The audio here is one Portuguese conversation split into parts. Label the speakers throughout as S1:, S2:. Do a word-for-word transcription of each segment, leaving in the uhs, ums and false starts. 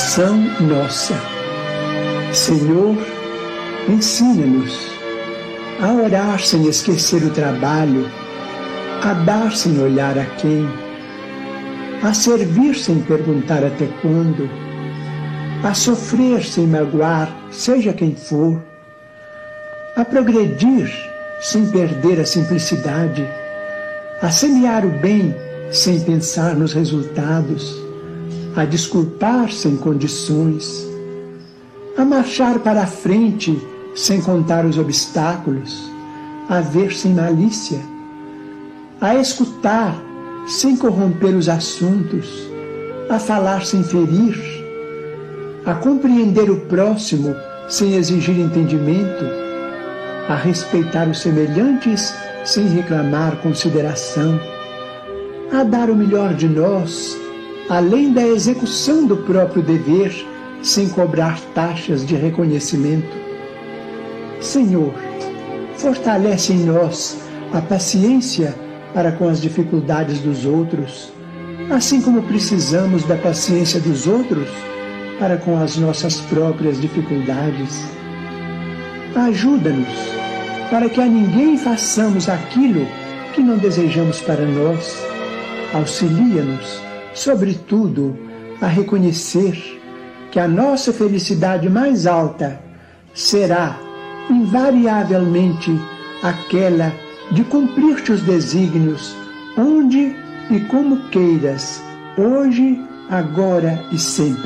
S1: oração nossa. Senhor, ensina-nos a orar sem esquecer o trabalho, a dar sem olhar a quem, a servir sem perguntar até quando, a sofrer sem magoar, seja quem for, a progredir sem perder a simplicidade, a semear o bem sem pensar nos resultados, a desculpar sem condições, a marchar para a frente sem contar os obstáculos, a ver sem malícia, a escutar sem corromper os assuntos, a falar sem ferir, a compreender o próximo sem exigir entendimento, a respeitar os semelhantes sem reclamar consideração, a dar o melhor de nós, além da execução do próprio dever, sem cobrar taxas de reconhecimento. Senhor, fortalece em nós a paciência para com as dificuldades dos outros, assim como precisamos da paciência dos outros para com as nossas próprias dificuldades. Ajuda-nos para que a ninguém façamos aquilo que não desejamos para nós. Auxilia-nos, sobretudo, a reconhecer que a nossa felicidade mais alta será, invariavelmente, aquela de cumprir teus desígnios, onde e como queiras, hoje, agora e sempre.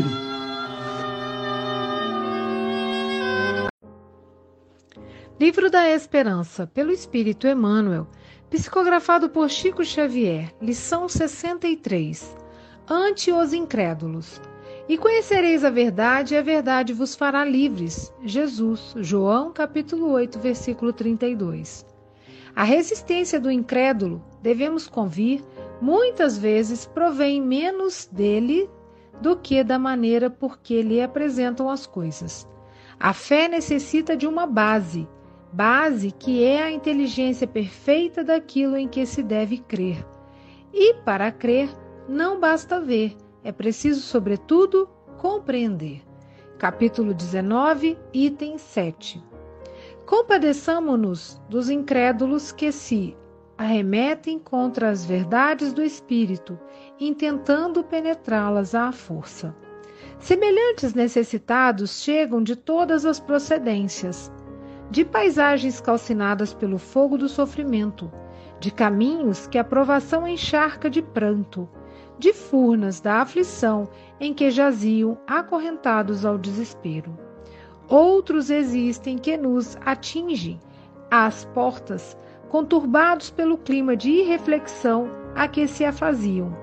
S2: Livro da Esperança, pelo Espírito Emmanuel, psicografado por Chico Xavier, lição sessenta e três. Ante os incrédulos. E conhecereis a verdade, e a verdade vos fará livres. Jesus, João, capítulo oito, versículo trinta e dois. A resistência do incrédulo, devemos convir, muitas vezes provém menos dele do que da maneira por que lhe apresentam as coisas. A fé necessita de uma base, base que é a inteligência perfeita daquilo em que se deve crer. E, para crer, não basta ver, é preciso, sobretudo, compreender. Capítulo dezenove, item sete. Compadeçamo-nos dos incrédulos que se arremetem contra as verdades do Espírito, intentando penetrá-las à força. Semelhantes necessitados chegam de todas as procedências, de paisagens calcinadas pelo fogo do sofrimento, de caminhos que a provação encharca de pranto, de furnas da aflição em que jaziam acorrentados ao desespero. Outros existem que nos atingem às portas, conturbados pelo clima de irreflexão a que se afaziam,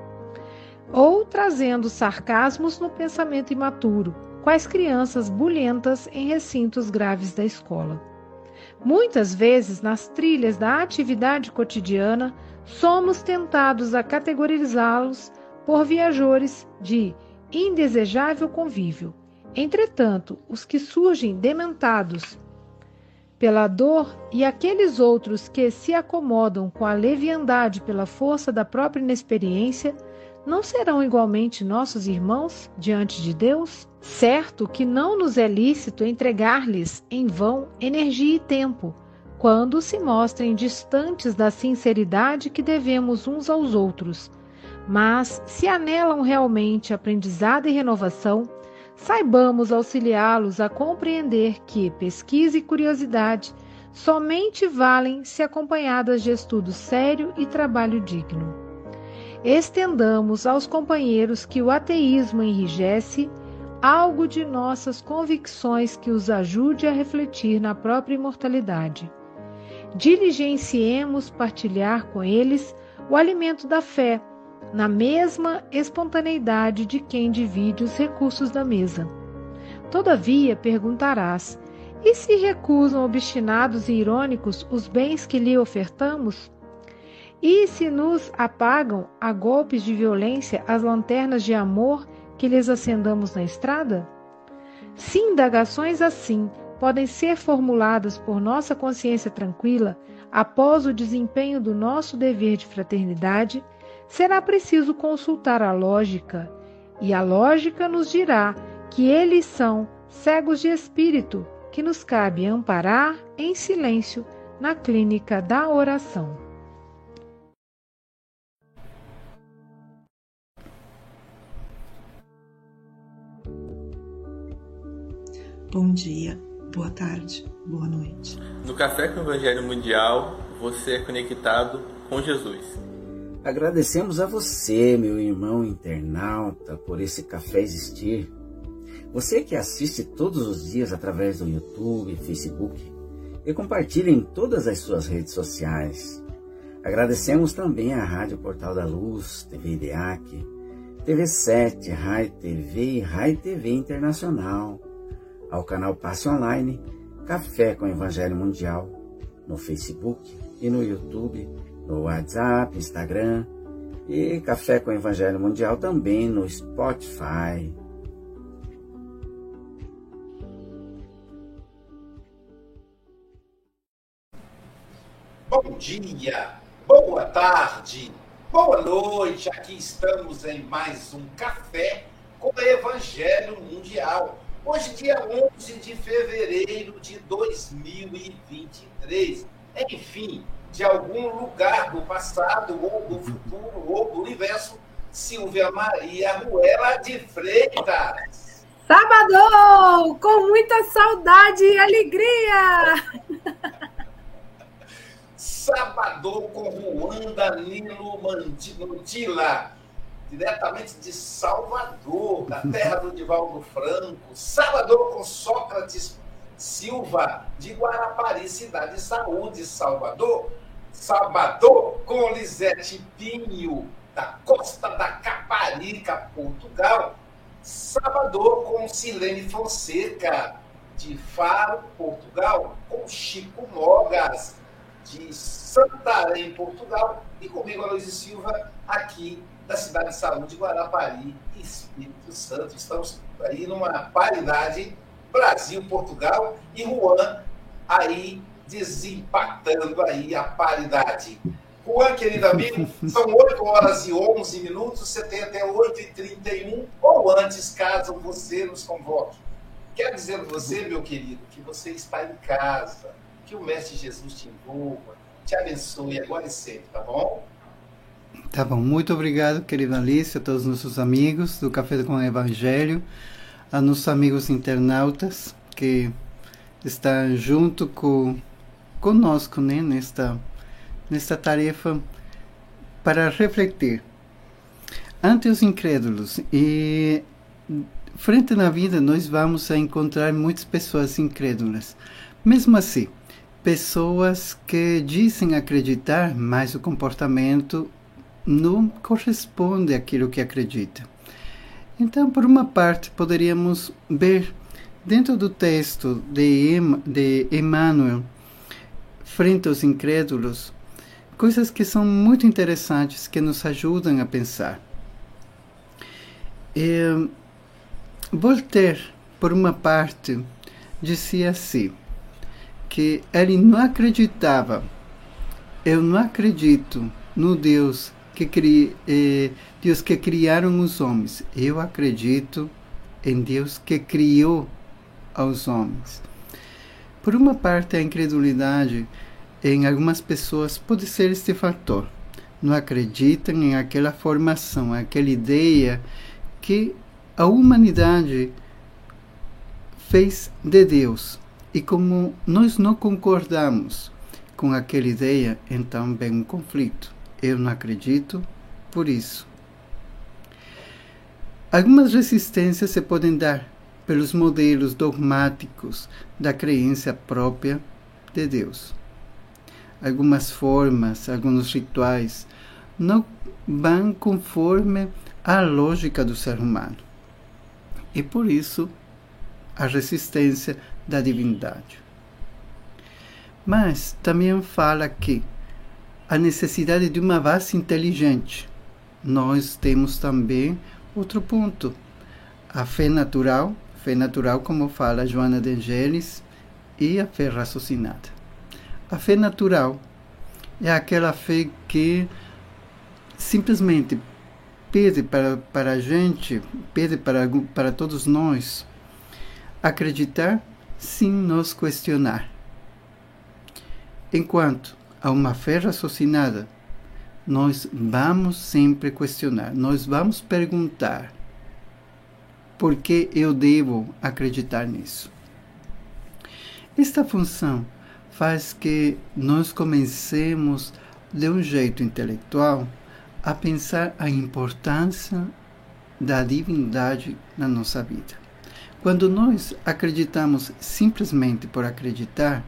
S2: ou trazendo sarcasmos no pensamento imaturo, quais crianças bulhentas em recintos graves da escola. Muitas vezes, nas trilhas da atividade cotidiana, somos tentados a categorizá-los por viajores de indesejável convívio. Entretanto, os que surgem dementados pela dor e aqueles outros que se acomodam com a leviandade pela força da própria inexperiência, não serão igualmente nossos irmãos diante de Deus? Certo que não nos é lícito entregar-lhes em vão energia e tempo, quando se mostrem distantes da sinceridade que devemos uns aos outros. Mas, se anelam realmente aprendizado e renovação, saibamos auxiliá-los a compreender que pesquisa e curiosidade somente valem se acompanhadas de estudo sério e trabalho digno. Estendamos aos companheiros que o ateísmo enrijece algo de nossas convicções que os ajude a refletir na própria imortalidade. Diligenciemos partilhar com eles o alimento da fé, na mesma espontaneidade de quem divide os recursos da mesa. Todavia, perguntarás, e se recusam obstinados e irônicos os bens que lhe ofertamos? E se nos apagam a golpes de violência as lanternas de amor que lhes acendamos na estrada? Se indagações assim podem ser formuladas por nossa consciência tranquila após o desempenho do nosso dever de fraternidade, será preciso consultar a lógica, e a lógica nos dirá que eles são cegos de espírito, que nos cabe amparar em silêncio na clínica da oração.
S3: Bom dia, boa tarde, boa noite.
S4: No Café com o Evangelho Mundial, você é conectado com Jesus.
S5: Agradecemos a você, meu irmão internauta, por esse café existir. Você que assiste todos os dias através do YouTube, Facebook e compartilha em todas as suas redes sociais. Agradecemos também à Rádio Portal da Luz, T V IDEAC, T V sete, Rai T V e Rai T V Internacional, ao canal Passe Online, Café com o Evangelho Mundial, no Facebook e no YouTube, no WhatsApp, Instagram e Café com o Evangelho Mundial também no Spotify.
S6: Bom dia, boa tarde, boa noite. Aqui estamos em mais um Café com o Evangelho Mundial. Hoje, dia onze de fevereiro de dois mil e vinte e três. Enfim, de algum lugar do passado, ou do futuro, ou do universo, Silvia Maria Ruela de Freitas.
S7: Sábado, com muita saudade e alegria!
S6: Sábado com Juan Danilo Mantila, diretamente de Salvador, da terra do Divaldo Franco. Sábado com Sócrates Silva, de Guarapari, Cidade de Saúde, Salvador. Sábado com Lisete Pinho, da Costa da Caparica, Portugal. Sábado com Silene Fonseca, de Faro, Portugal. Com Chico Mogas, de Santarém, Portugal. E comigo, Aloysio Silva, aqui da Cidade de Saúde, Guarapari, Espírito Santo. Estamos aí numa paridade Brasil-Portugal e Juan aí desempatando aí a paridade. Juan, querido amigo, são oito horas e onze minutos, você tem até oito e trinta e um, ou antes, caso você nos convoque. Quero dizer a você, meu querido, que você está em casa, que o Mestre Jesus te envolva, te abençoe agora e sempre, tá bom?
S8: Tá bom, muito obrigado, querida Alice, a todos os nossos amigos do Café com o Evangelho, a nossos amigos internautas que estão junto com conosco, né, nesta, nesta tarefa para refletir ante os incrédulos. E frente na vida nós vamos a encontrar muitas pessoas incrédulas. Mesmo assim, pessoas que dizem acreditar, mas o comportamento não corresponde àquilo que acredita. Então, por uma parte, poderíamos ver dentro do texto de, em, de Emmanuel, frente aos incrédulos, coisas que são muito interessantes, que nos ajudam a pensar. E Voltaire, por uma parte, dizia assim, que ele não acreditava, eu não acredito no Deus que, cri, eh, Deus que criaram os homens, eu acredito em Deus que criou aos homens. Por uma parte, a incredulidade em algumas pessoas pode ser este fator. Não acreditam em aquela formação, aquela ideia que a humanidade fez de Deus. E como nós não concordamos com aquela ideia, então vem um conflito. Eu não acredito por isso. Algumas resistências se podem dar pelos modelos dogmáticos da crença própria de Deus. Algumas formas, alguns rituais não vão conforme a lógica do ser humano. E por isso a resistência da divindade. Mas também fala que a necessidade de uma base inteligente. Nós temos também outro ponto, a fé natural, fé natural como fala Joana de Angelis, e a fé raciocinada. A fé natural é aquela fé que simplesmente pede para, para a gente, pede para, para todos nós, acreditar sem nos questionar. Enquanto há uma fé raciocinada, nós vamos sempre questionar, nós vamos perguntar por que eu devo acreditar nisso. Esta função faz que nós comecemos, de um jeito intelectual, a pensar a importância da divindade na nossa vida. Quando nós acreditamos simplesmente por acreditar,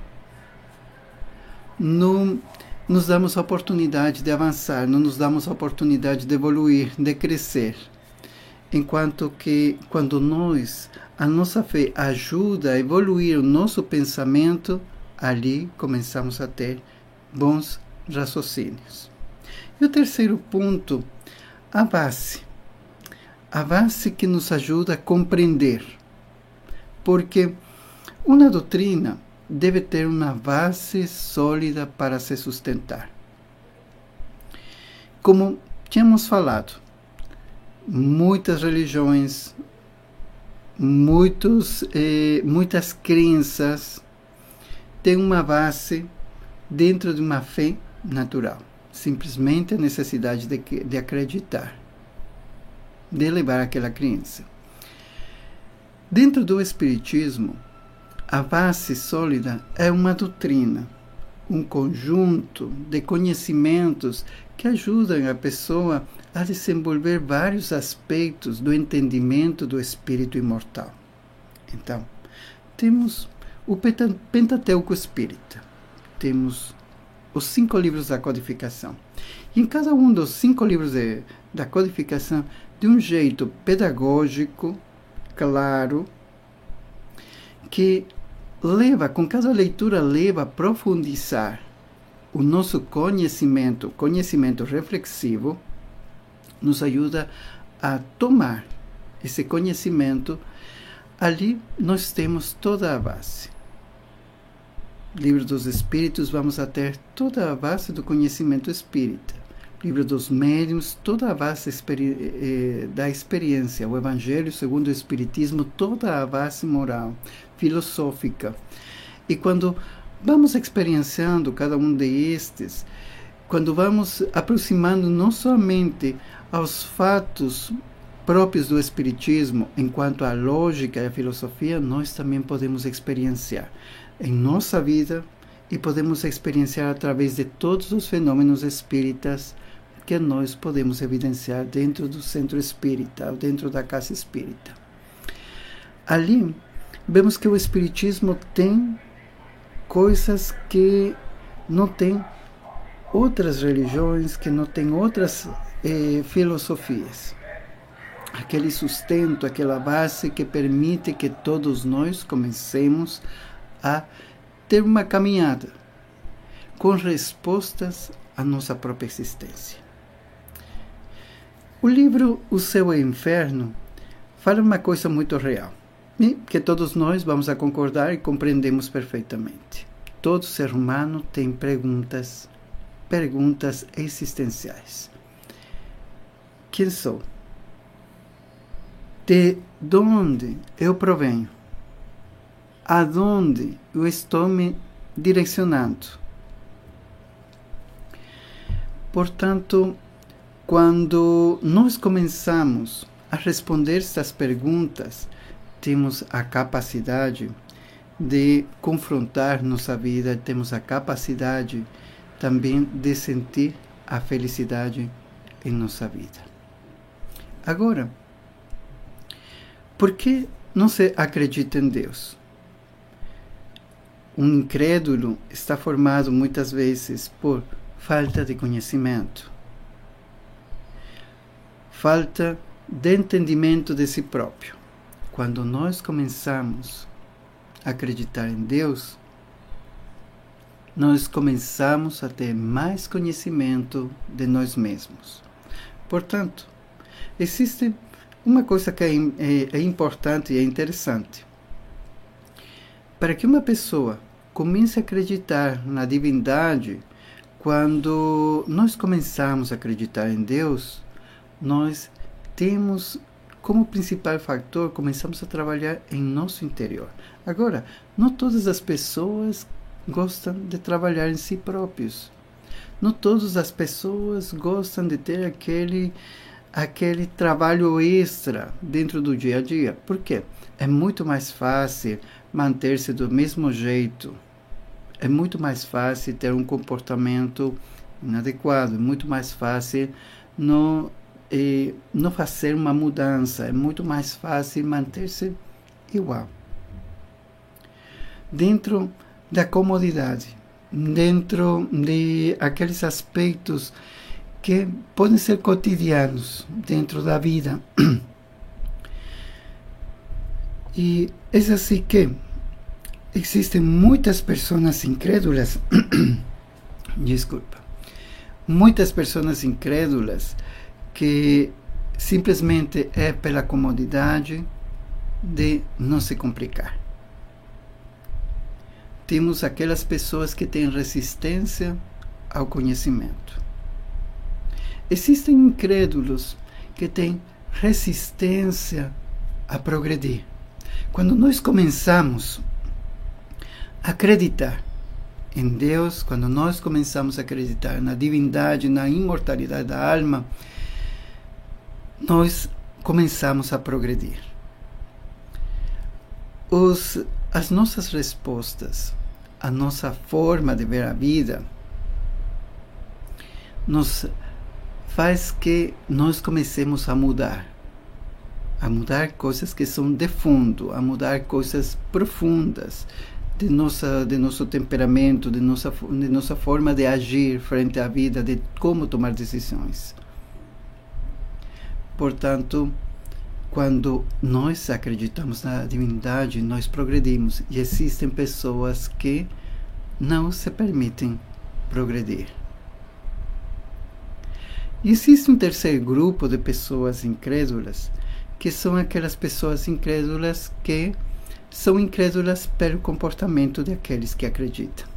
S8: não nos damos a oportunidade de avançar, não nos damos a oportunidade de evoluir, de crescer. Enquanto que, quando nós, a nossa fé ajuda a evoluir o nosso pensamento, ali começamos a ter bons raciocínios. E o terceiro ponto, a base. A base que nos ajuda a compreender. Porque uma doutrina deve ter uma base sólida para se sustentar. Como tínhamos falado, muitas religiões, muitos, eh, muitas crenças têm uma base dentro de uma fé natural. Simplesmente a necessidade de, de acreditar, de levar aquela crença. Dentro do Espiritismo, a base sólida é uma doutrina, um conjunto de conhecimentos que ajudam a pessoa a desenvolver vários aspectos do entendimento do espírito imortal. Então, temos o Pentateuco Espírita, temos os cinco livros da codificação. E em cada um dos cinco livros de, da codificação, de um jeito pedagógico, claro, que leva, com cada leitura, leva a profundizar o nosso conhecimento, conhecimento reflexivo, nos ajuda a tomar esse conhecimento. Ali nós temos toda a base. Livro dos Espíritos, vamos a ter toda a base do conhecimento espírita. Livro dos Médiuns, toda a base experi- eh, da experiência. O Evangelho segundo o Espiritismo, toda a base moral, filosófica. E quando vamos experienciando cada um destes, quando vamos aproximando não somente aos fatos próprios do Espiritismo, enquanto a lógica e a filosofia, nós também podemos experienciar em nossa vida e podemos experienciar através de todos os fenômenos espíritas que nós podemos evidenciar dentro do centro espírita, ou dentro da casa espírita. Ali, vemos que o Espiritismo tem coisas que não tem outras religiões, que não tem outras eh, filosofias. Aquele sustento, aquela base que permite que todos nós comecemos a ter uma caminhada com respostas à nossa própria existência. O livro O Céu e o Inferno fala uma coisa muito real, e que todos nós vamos a concordar e compreendemos perfeitamente. Todo ser humano tem perguntas, perguntas existenciais. Quem sou? De onde eu provenho? Aonde eu estou me direcionando? Portanto, quando nós começamos a responder estas perguntas, temos a capacidade de confrontar nossa vida, temos a capacidade também de sentir a felicidade em nossa vida. Agora, por que não se acredita em Deus? Um incrédulo está formado muitas vezes por falta de conhecimento, falta de entendimento de si próprio. Quando nós começamos a acreditar em Deus, nós começamos a ter mais conhecimento de nós mesmos. Portanto, existe uma coisa que é, é, é importante e é interessante. Para que uma pessoa comece a acreditar na divindade, quando nós começamos a acreditar em Deus, nós temos como principal fator, começamos a trabalhar em nosso interior. Agora, não todas as pessoas gostam de trabalhar em si próprios. Não todas as pessoas gostam de ter aquele, aquele trabalho extra dentro do dia a dia. Por quê? É muito mais fácil manter-se do mesmo jeito. É muito mais fácil ter um comportamento inadequado. É muito mais fácil não, eh, não fazer uma mudança. É muito mais fácil manter-se igual. Dentro da comodidade, dentro de aqueles aspectos que podem ser cotidianos dentro da vida. E é assim que existem muitas pessoas incrédulas, desculpa, muitas pessoas incrédulas que simplesmente é pela comodidade de não se complicar. Temos aquelas pessoas que têm resistência ao conhecimento. Existem incrédulos que têm resistência a progredir. Quando nós começamos a acreditar em Deus, quando nós começamos a acreditar na divindade, na imortalidade da alma, nós começamos a progredir. Os, as nossas respostas, a nossa forma de ver a vida, nos faz que nós comecemos a mudar. A mudar coisas que são de fundo, a mudar coisas profundas de, nossa, de nosso temperamento, de nossa, de nossa forma de agir frente à vida, de como tomar decisões. Portanto, quando nós acreditamos na divindade, nós progredimos. E existem pessoas que não se permitem progredir. E existe um terceiro grupo de pessoas incrédulas, que são aquelas pessoas incrédulas que são incrédulas pelo comportamento daqueles que acreditam.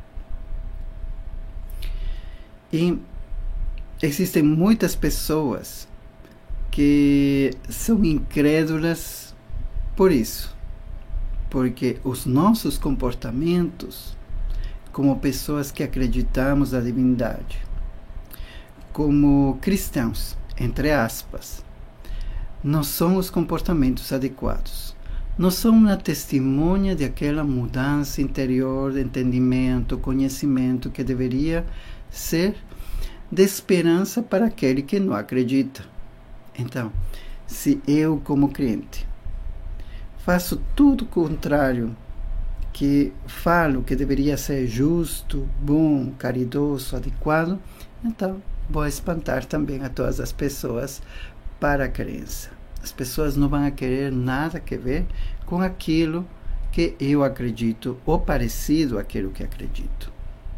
S8: E existem muitas pessoas que são incrédulas por isso, porque os nossos comportamentos, como pessoas que acreditamos na divindade, como cristãos, entre aspas, não são os comportamentos adequados. Não são uma testemunha de aquela mudança interior de entendimento, conhecimento que deveria ser de esperança para aquele que não acredita. Então, se eu, como crente, faço tudo o contrário, que falo que deveria ser justo, bom, caridoso, adequado, então vou espantar também a todas as pessoas para a crença. As pessoas não vão querer nada a ver com aquilo que eu acredito ou parecido àquilo que acredito.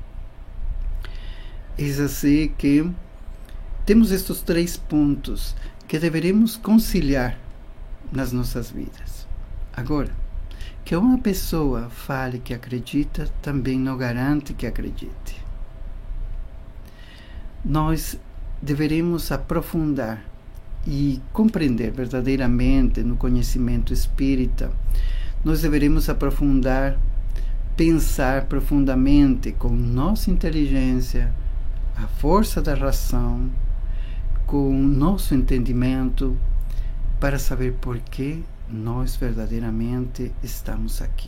S8: É assim que temos estes três pontos que deveremos conciliar nas nossas vidas. Agora, que uma pessoa fale que acredita também não garante que acredite. Nós deveremos aprofundar e compreender verdadeiramente no conhecimento espírita. Nós deveremos aprofundar, pensar profundamente com nossa inteligência, a força da razão, com nosso entendimento, para saber por que nós verdadeiramente estamos aqui.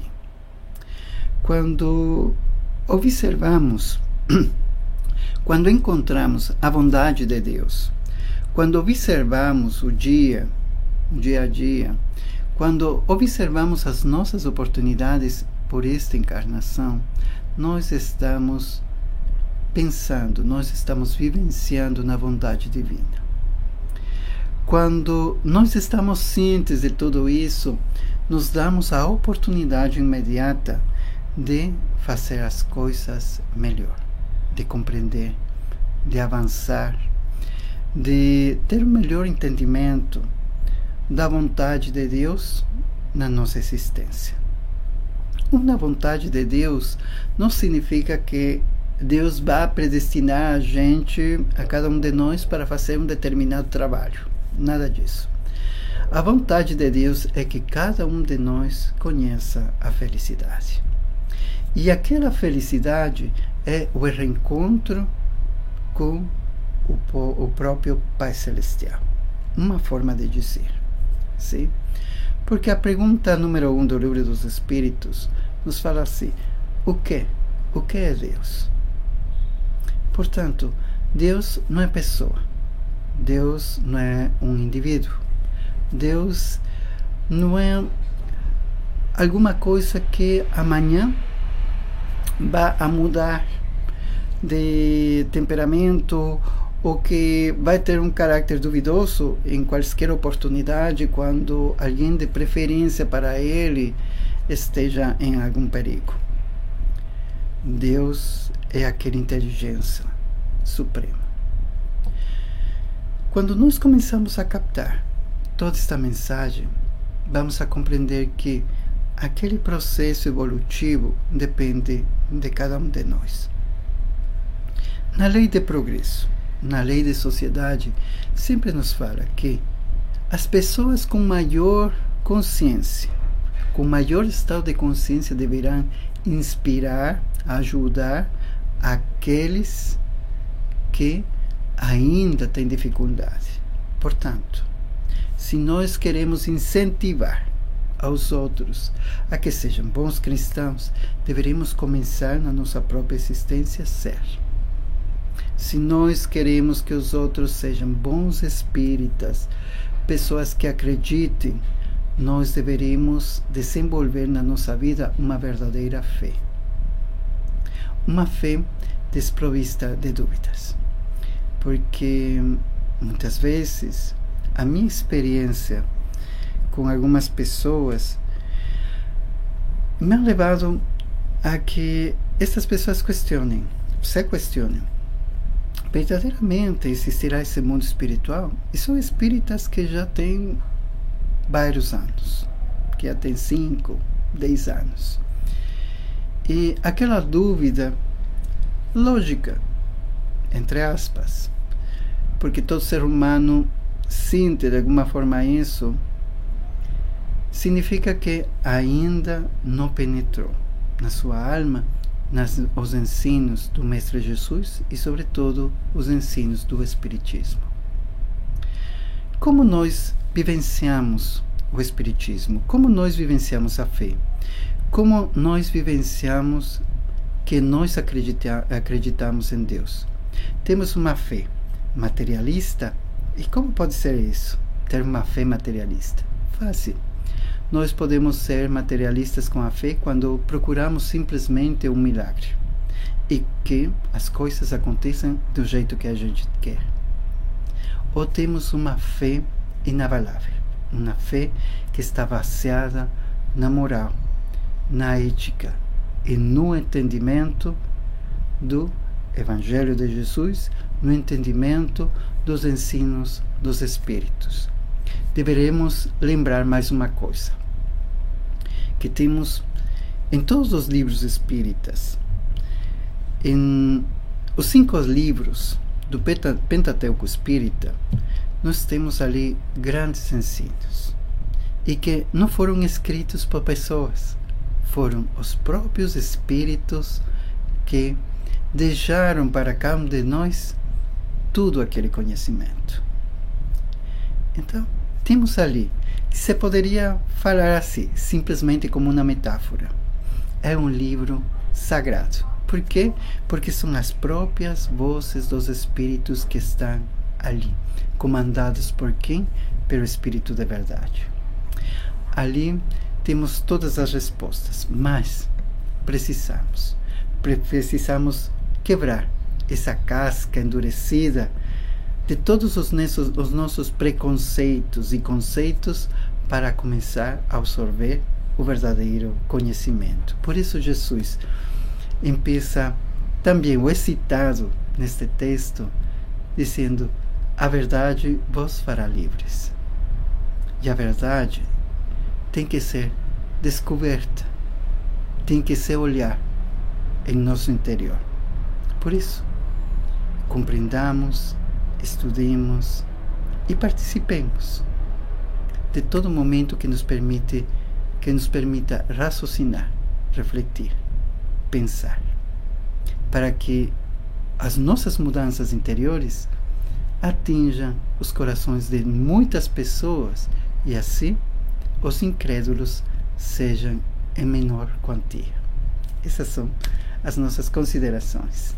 S8: Quando observamos, quando encontramos a bondade de Deus, quando observamos o dia, o dia a dia, quando observamos as nossas oportunidades por esta encarnação, nós estamos pensando, nós estamos vivenciando na bondade divina. Quando nós estamos cientes de tudo isso, nos damos a oportunidade imediata de fazer as coisas melhor, de compreender, de avançar, de ter um melhor entendimento da vontade de Deus na nossa existência. Uma vontade de Deus não significa que Deus vai predestinar a gente, a cada um de nós, para fazer um determinado trabalho. Nada disso. A vontade de Deus é que cada um de nós conheça a felicidade. E aquela felicidade é o reencontro com o, o próprio Pai Celestial. Uma forma de dizer. Sim? Porque a pergunta número um do Livro dos Espíritos nos fala assim: o que? O que é Deus? Portanto, Deus não é pessoa. Deus não é um indivíduo. Deus não é alguma coisa que amanhã vai a mudar de temperamento ou que vai ter um caráter duvidoso em qualquer oportunidade quando alguém de preferência para ele esteja em algum perigo. Deus é aquela inteligência suprema. Quando nós começamos a captar toda esta mensagem, vamos a compreender que aquele processo evolutivo depende de cada um de nós. Na lei de progresso, na lei de sociedade, sempre nos fala que as pessoas com maior consciência, com maior estado de consciência, deverão inspirar, ajudar aqueles que ainda têm dificuldade. Portanto, se nós queremos incentivar aos outros a que sejam bons cristãos, deveremos começar na nossa própria existência a ser. Se nós queremos que os outros sejam bons espíritas, pessoas que acreditem, nós deveríamos desenvolver na nossa vida uma verdadeira fé. Uma fé desprovista de dúvidas. Porque muitas vezes a minha experiência com algumas pessoas me ha levado a que essas pessoas questionem, se questionem. Verdadeiramente existirá esse mundo espiritual? E são espíritas que já têm vários anos, que já têm cinco, dez anos. E aquela dúvida lógica, entre aspas, porque todo ser humano sente de alguma forma isso, significa que ainda não penetrou na sua alma nas, os ensinos do Mestre Jesus e, sobretudo, os ensinos do Espiritismo. Como nós vivenciamos o Espiritismo? Como nós vivenciamos a fé? Como nós vivenciamos que nós acredita, acreditamos em Deus? Temos uma fé materialista. E como pode ser isso? Ter uma fé materialista? Fácil. Nós podemos ser materialistas com a fé quando procuramos simplesmente um milagre e que as coisas aconteçam do jeito que a gente quer. Ou temos uma fé inabalável, uma fé que está baseada na moral, na ética e no entendimento do Evangelho de Jesus, no entendimento dos ensinos dos Espíritos. Deveremos lembrar mais uma coisa, que temos em todos os livros espíritas, em os cinco livros do Pentateuco Espírita, nós temos ali grandes ensinos, e que não foram escritos por pessoas, foram os próprios Espíritos que deixaram para cada um de nós tudo aquele conhecimento. Então, temos ali, se poderia falar assim, simplesmente como uma metáfora. É um livro sagrado. Por quê? Porque são as próprias vozes dos Espíritos que estão ali, comandados por quem? Pelo Espírito de verdade. Ali temos todas as respostas, mas precisamos, precisamos quebrar essa casca endurecida de todos os nossos, os nossos preconceitos e conceitos para começar a absorver o verdadeiro conhecimento. Por isso Jesus empieza também o excitado neste texto dizendo: a verdade vos fará livres. E a verdade tem que ser descoberta, tem que se olhar em nosso interior. Por isso, compreendamos, estudemos e participemos de todo momento que nos permite, que nos permita raciocinar, refletir, pensar, para que as nossas mudanças interiores atinjam os corações de muitas pessoas e assim os incrédulos sejam em menor quantia. Essas são as nossas considerações.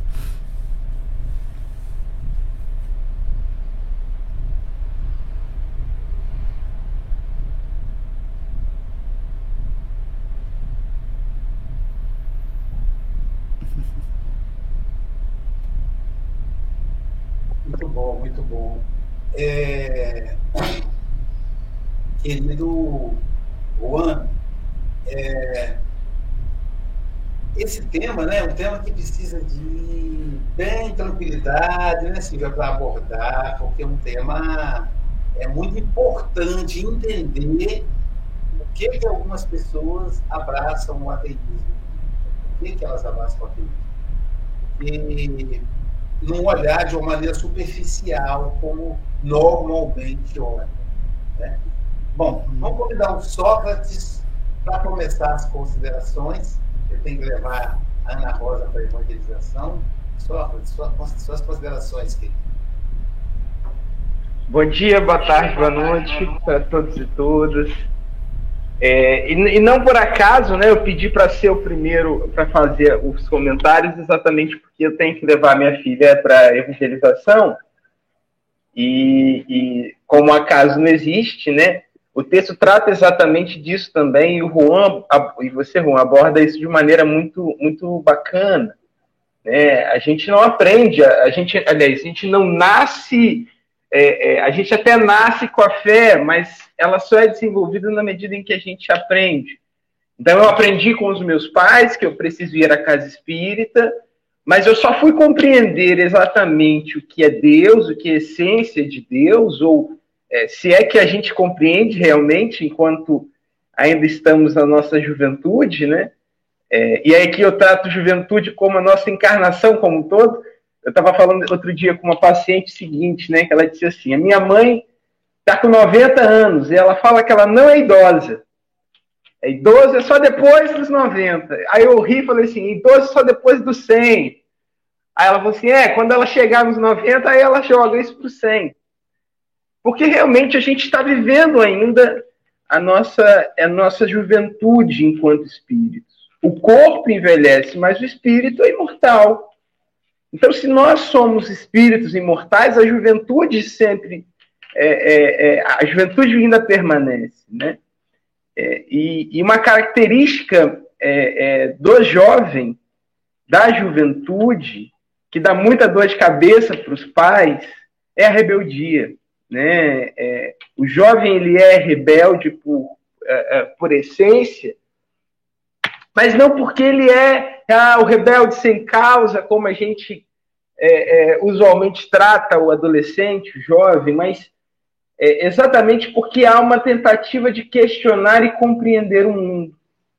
S6: Muito bom, muito bom. É... Querido Juan, é... esse tema, né, é um tema que precisa de bem tranquilidade, né, Silvia, para abordar, porque é um tema é muito importante entender o que, que algumas pessoas abraçam o ateísmo. Por que, que elas abraçam o ateísmo? E não olhar de uma maneira superficial, como normalmente olha. Né? Bom, vamos convidar o Sócrates para começar as considerações. Eu tenho que levar a Ana Rosa para a evangelização. Sócrates, suas, suas considerações, querido.
S9: Bom dia, boa tarde, boa noite para todos e todas. É, e, e não por acaso, né, eu pedi para ser o primeiro para fazer os comentários, exatamente porque eu tenho que levar minha filha para a evangelização, e, e como acaso não existe, né, o texto trata exatamente disso também, e o Juan, a, e você, Juan, aborda isso de maneira muito, muito bacana. Né? A gente não aprende, a, a gente, aliás, a gente não nasce... É, é, a gente até nasce com a fé, mas ela só é desenvolvida na medida em que a gente aprende. Então, eu aprendi com os meus pais que eu preciso ir à casa espírita, mas eu só fui compreender exatamente o que é Deus, o que é a essência de Deus, ou é, se é que a gente compreende realmente enquanto ainda estamos na nossa juventude, né? É, e aí que eu trato juventude como a nossa encarnação como um todo. Eu estava falando outro dia com uma paciente seguinte, né, que ela disse assim, a minha mãe está com noventa anos, e ela fala que ela não é idosa. É idosa só depois dos noventa. Aí eu ri e falei assim, idosa só depois dos cem. Aí ela falou assim, é, quando ela chegar nos noventa, aí ela joga isso para os cem. Porque realmente a gente está vivendo ainda a nossa, a nossa juventude enquanto espíritos. O corpo envelhece, mas o espírito é imortal. Então, se nós somos espíritos imortais, a juventude sempre, é, é, é, a juventude ainda permanece, né? É, e, e uma característica é, é, do jovem, da juventude, que dá muita dor de cabeça para os pais, é a rebeldia, né? É, o jovem ele é rebelde por, é, é, por essência, mas não porque ele é ah, o rebelde sem causa, como a gente é, é, usualmente trata o adolescente, o jovem, mas é, exatamente porque há uma tentativa de questionar e compreender o mundo.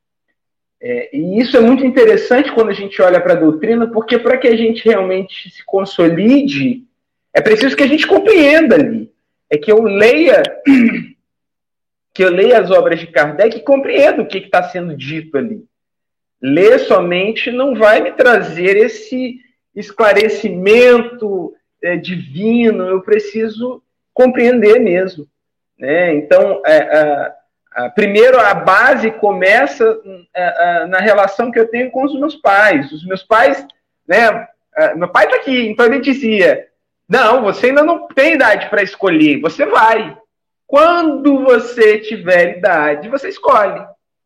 S9: É, e isso é muito interessante quando a gente olha para a doutrina, porque para que a gente realmente se consolide, é preciso que a gente compreenda ali. É que eu leia, que eu leia as obras de Kardec e compreenda o que está sendo dito ali. Ler somente não vai me trazer esse esclarecimento é, divino, eu preciso compreender mesmo. Né? Então, é, a, a, primeiro, a base começa a, a, na relação que eu tenho com os meus pais. Os meus pais, né, a, meu pai está aqui, então ele dizia, não, você ainda não tem idade para escolher, você vai. Quando você tiver idade, você escolhe.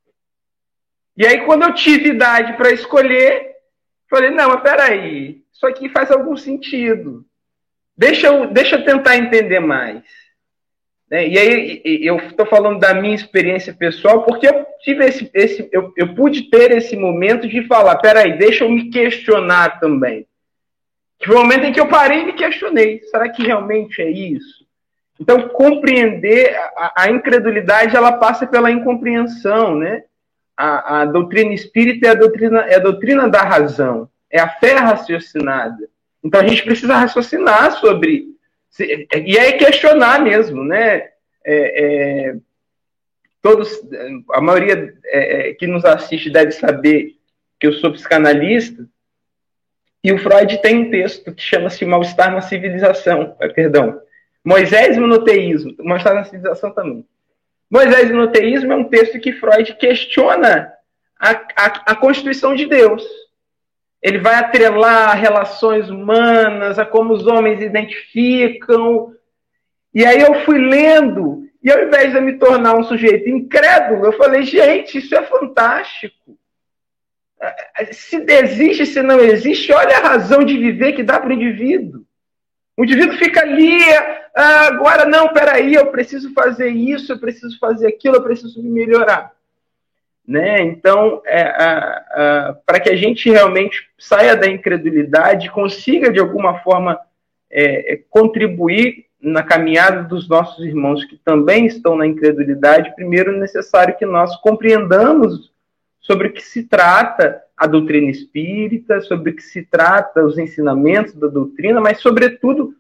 S9: E aí, quando eu tive idade para escolher, falei, não, mas peraí, isso aqui faz algum sentido. Deixa eu, deixa eu tentar entender mais. Né? E aí, eu estou falando da minha experiência pessoal, porque eu tive esse, esse eu, eu pude ter esse momento de falar, peraí, deixa eu me questionar também. Que foi o momento em que eu parei e me questionei. Será que realmente é isso? Então, compreender a, a incredulidade, ela passa pela incompreensão, né? A, a doutrina espírita é a doutrina, é a doutrina da razão. é a fé raciocinada. Então a gente precisa raciocinar sobre, e aí questionar mesmo, né? É, é, todos, a maioria é, que nos assiste deve saber que eu sou psicanalista, e o Freud tem um texto que chama-se Mal-Estar na Civilização, perdão, Moisés e o Monoteísmo, Mal-Estar na Civilização também. Moisés e o Monoteísmo é um texto que Freud questiona a, a, a constituição de Deus. Ele vai atrelar relações humanas, a como os homens identificam. E aí eu fui lendo, e ao invés de eu me tornar um sujeito incrédulo, eu falei, gente, isso é fantástico. Se existe, se não existe, olha a razão de viver que dá para o indivíduo. O indivíduo fica ali, ah, agora não, peraí, eu preciso fazer isso, eu preciso fazer aquilo, eu preciso me melhorar. Né? Então, é, para que a gente realmente saia da incredulidade, consiga de alguma forma é, contribuir na caminhada dos nossos irmãos que também estão na incredulidade, primeiro é necessário que nós compreendamos sobre o que se trata a doutrina espírita, sobre o que se trata os ensinamentos da doutrina, mas, sobretudo,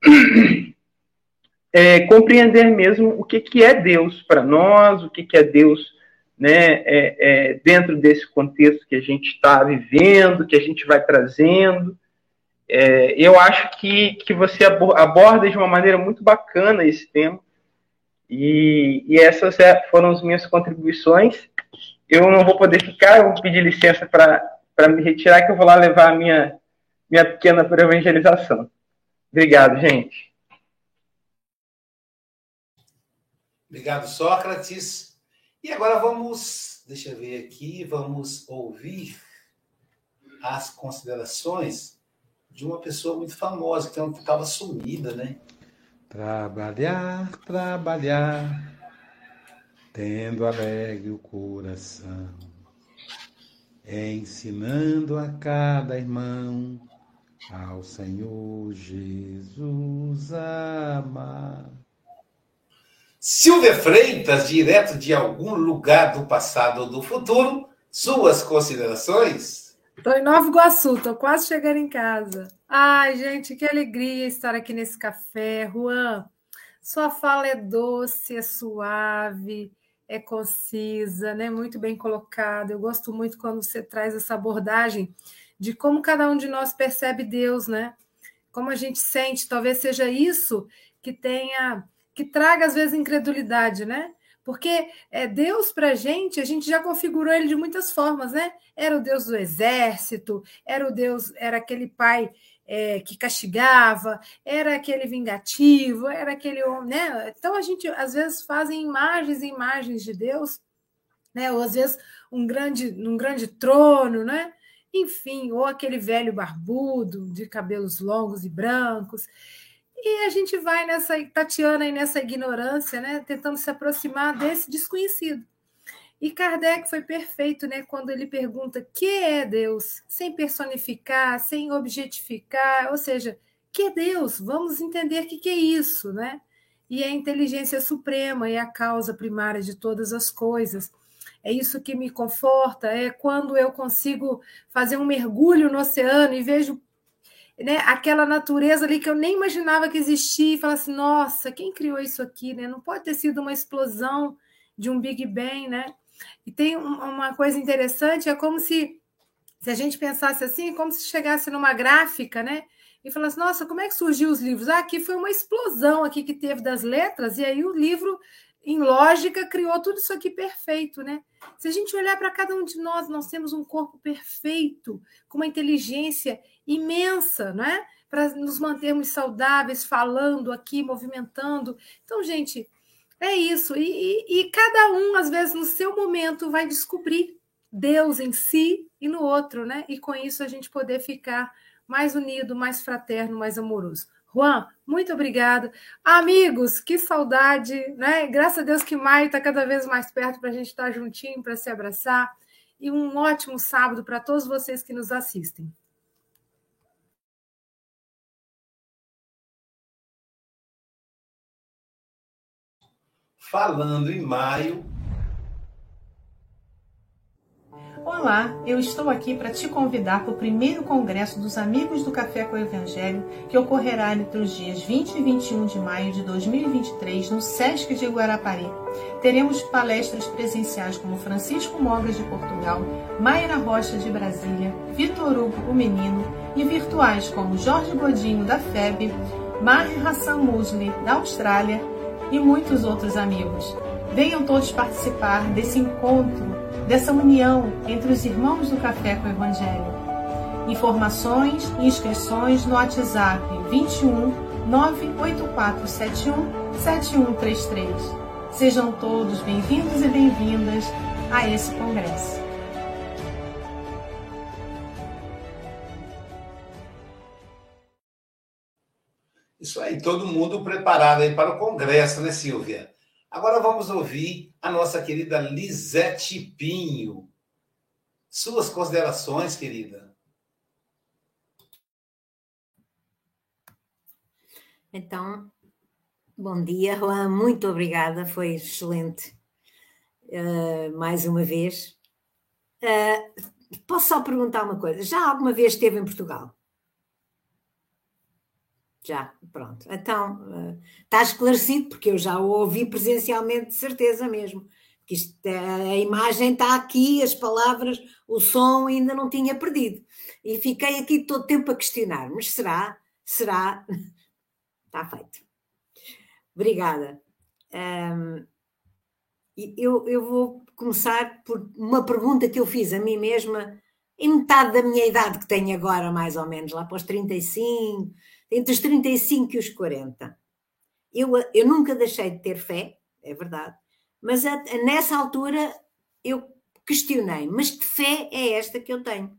S9: é, compreender mesmo o que, que é Deus para nós, o que, que é Deus, né, é, é, dentro desse contexto que a gente está vivendo, que a gente vai trazendo. É, eu acho que, que você aborda de uma maneira muito bacana esse tema, e, e essas foram as minhas contribuições. Eu não vou poder ficar, eu vou pedir licença para me retirar, que eu vou lá levar a minha, minha pequena evangelização. Obrigado, gente.
S6: Obrigado, Sócrates. E agora vamos, deixa eu ver aqui, vamos ouvir as considerações de uma pessoa muito famosa, que estava sumida, né?
S10: Trabalhar, trabalhar, tendo alegre o coração, ensinando a cada irmão ao Senhor Jesus amar.
S6: Silvia Freitas, direto de algum lugar do passado ou do futuro, suas considerações?
S7: Estou em Nova Iguaçu, estou quase chegando em casa. Ai, gente, que alegria estar aqui nesse café. Juan, sua fala é doce, é suave, é concisa, né? Muito bem colocada. Eu gosto muito quando você traz essa abordagem de como cada um de nós percebe Deus, né? Como a gente sente, talvez seja isso que tenha, que traga às vezes incredulidade, né? Porque é, Deus para a gente, a gente já configurou ele de muitas formas, né? Era o Deus do exército, era o Deus, era aquele pai é, que castigava, era aquele vingativo, era aquele homem, né? Então a gente às vezes faz imagens e imagens de Deus, né? Ou às vezes um grande, um grande trono, né? Enfim, ou aquele velho barbudo de cabelos longos e brancos. E a gente vai nessa, tateando aí nessa ignorância, né? Tentando se aproximar desse desconhecido. E Kardec foi perfeito, né? Quando ele pergunta que é Deus, sem personificar, sem objetificar, ou seja, que é Deus? Vamos entender o que, que é isso, né? E é a inteligência suprema, é a causa primária de todas as coisas. É isso que me conforta, é quando eu consigo fazer um mergulho no oceano e vejo, né, aquela natureza ali que eu nem imaginava que existia, e falar assim, nossa, quem criou isso aqui, né? Não pode ter sido uma explosão de um Big Bang, né? E tem uma coisa interessante, é como se, se a gente pensasse assim, como se chegasse numa gráfica, né? E falasse, nossa, como é que surgiu os livros? Ah, aqui foi uma explosão aqui que teve das letras, e aí o livro, em lógica, criou tudo isso aqui perfeito, né? Se a gente olhar para cada um de nós, nós temos um corpo perfeito, com uma inteligência imensa, né? Para nos mantermos saudáveis, falando aqui, movimentando. Então, gente, é isso. E, e, e cada um, às vezes, no seu momento, vai descobrir Deus em si e no outro, né? E com isso a gente poder ficar mais unido, mais fraterno, mais amoroso. Juan, muito obrigada. Amigos, que saudade, né? Graças a Deus que maio está cada vez mais perto para a gente estar juntinho, para se abraçar. E um ótimo sábado para todos vocês que nos assistem.
S6: Falando em maio...
S7: Ô,
S11: Olá, eu estou aqui para te convidar para o primeiro congresso dos Amigos do Café com o Evangelho, que ocorrerá entre os dias vinte e vinte e um de maio de dois mil e vinte e três no Sesc de Guarapari. Teremos palestras presenciais como Francisco Mogas de Portugal, Mayra Rocha de Brasília, Vitor Hugo, o Menino, e virtuais como Jorge Godinho da F E B, Maher Hassan Musli da Austrália e muitos outros amigos. Venham todos participar desse encontro, dessa união entre os irmãos do Café com o Evangelho. Informações e inscrições no WhatsApp vinte e um, nove oito quatro sete um, sete um três três. Sejam todos bem-vindos e bem-vindas a esse congresso.
S6: Isso aí, todo mundo preparado aí para o congresso, né, Silvia? Agora vamos ouvir a nossa querida Lisete Pinho. Suas considerações, querida.
S12: Então, bom dia, Juan, muito obrigada, foi excelente, uh, mais uma vez. Uh, posso só perguntar uma coisa, já alguma vez esteve em Portugal? Já, pronto. Então, uh, está esclarecido, porque eu já o ouvi presencialmente, de certeza mesmo. Porque isto, a imagem está aqui, as palavras, o som ainda não tinha perdido. E fiquei aqui todo o tempo a questionar, mas será? Será? Está feito. Obrigada. Um, eu, eu vou começar por uma pergunta que eu fiz a mim mesma, em metade da minha idade que tenho agora, mais ou menos, lá para os trinta e cinco... Entre os trinta e cinco e os quarenta. Eu, eu nunca deixei de ter fé, é verdade, mas a, a, nessa altura eu questionei, mas que fé é esta que eu tenho?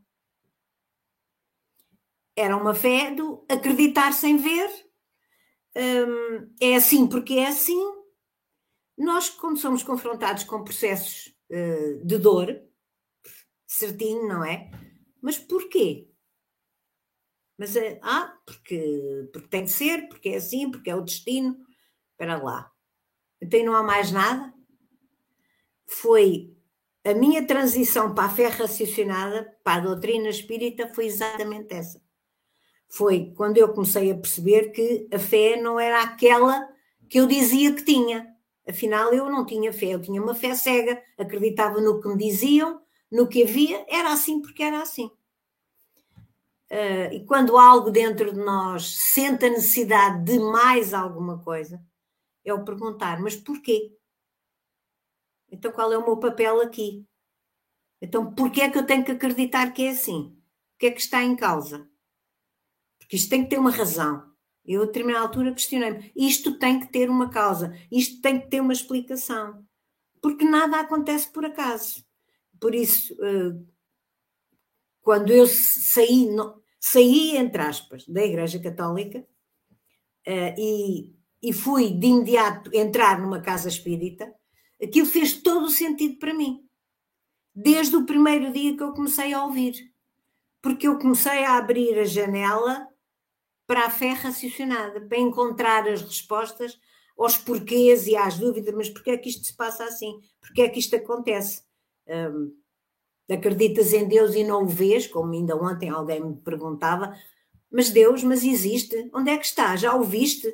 S12: Era uma fé do acreditar sem ver, hum, é assim porque é assim. Nós, quando somos confrontados com processos uh, de dor, certinho, não é? Mas porquê? Mas, ah, porque, porque tem de ser, porque é assim, porque é o destino. Espera lá. Então não há mais nada? Foi a minha transição para a fé raciocinada, para a doutrina espírita, foi exatamente essa. Foi quando eu comecei a perceber que a fé não era aquela que eu dizia que tinha. Afinal, eu não tinha fé, eu tinha uma fé cega, acreditava no que me diziam, no que havia, era assim porque era assim. Uh, e quando algo dentro de nós sente a necessidade de mais alguma coisa, é o perguntar, mas porquê? Então qual é o meu papel aqui? Então porquê é que eu tenho que acreditar que é assim? O que é que está em causa? Porque isto tem que ter uma razão. Eu, a determinada altura, questionei-me. Isto tem que ter uma causa. Isto tem que ter uma explicação. Porque nada acontece por acaso. Por isso, uh, quando eu saí... No, Saí, entre aspas, da Igreja Católica uh, e, e fui de imediato entrar numa casa espírita. Aquilo fez todo o sentido para mim. Desde o primeiro dia que eu comecei a ouvir. Porque eu comecei a abrir a janela para a fé raciocinada, para encontrar as respostas aos porquês e às dúvidas. Mas porquê é que isto se passa assim? Porquê é que isto acontece? Um, Acreditas em Deus e não o vês, como ainda ontem alguém me perguntava, mas Deus, mas existe? Onde é que está? Já o viste?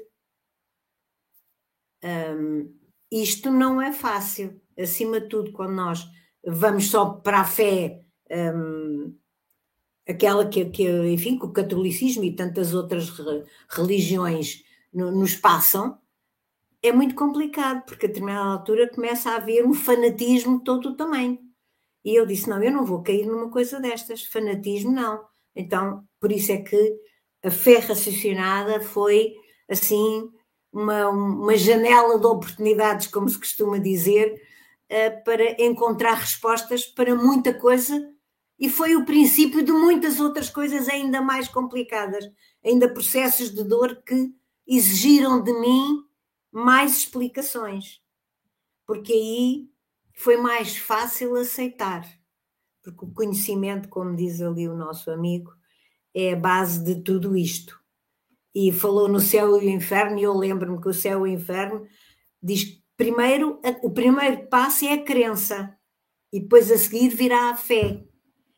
S12: Um, isto não é fácil. Acima de tudo, quando nós vamos só para a fé, um, aquela que, que, enfim, que o catolicismo e tantas outras religiões nos passam, é muito complicado, porque a determinada altura começa a haver um fanatismo de todo o tamanho. E eu disse, não, eu não vou cair numa coisa destas, fanatismo não. Então, por isso é que a fé raciocinada foi, assim, uma, uma janela de oportunidades, como se costuma dizer, para encontrar respostas para muita coisa, e foi o princípio de muitas outras coisas ainda mais complicadas, ainda processos de dor que exigiram de mim mais explicações. Porque aí... foi mais fácil aceitar, porque o conhecimento, como diz ali o nosso amigo, é a base de tudo isto. E falou no céu e o inferno, e eu lembro-me que o céu e o inferno diz que primeiro, o primeiro passo é a crença, e depois a seguir virá a fé.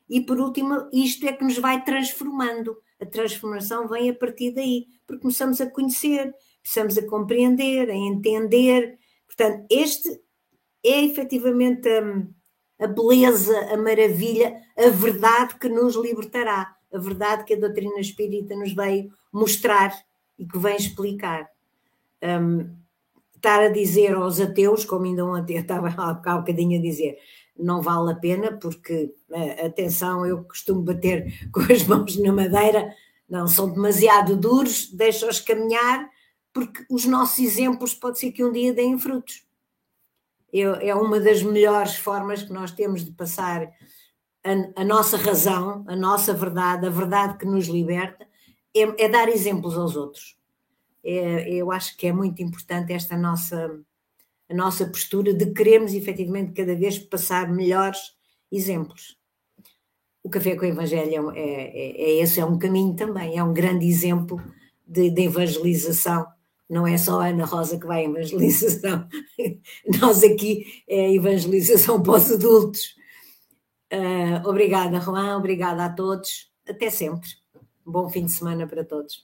S12: E, por último, isto é que nos vai transformando. A transformação vem a partir daí, porque começamos a conhecer, começamos a compreender, a entender. Portanto, este é efetivamente a, a beleza, a maravilha, a verdade que nos libertará, a verdade que a doutrina espírita nos veio mostrar e que vem explicar. Um, estar a dizer aos ateus, como ainda ontem eu estava há um bocadinho a dizer, não vale a pena, porque, atenção, eu costumo bater com as mãos na madeira, não, são demasiado duros, deixa-os caminhar, porque os nossos exemplos pode ser que um dia deem frutos. É uma das melhores formas que nós temos de passar a, a nossa razão, a nossa verdade, a verdade que nos liberta, é, é dar exemplos aos outros. É, eu acho que é muito importante esta nossa, a nossa postura de querermos efetivamente cada vez passar melhores exemplos. O Café com o Evangelho é, é, é esse, é um caminho também, é um grande exemplo de, de evangelização. Não é só a Ana Rosa que vai à evangelização. Nós aqui é a evangelização para os adultos. Uh, obrigada, Juan, obrigada a todos. Até sempre. Bom fim de semana para todos.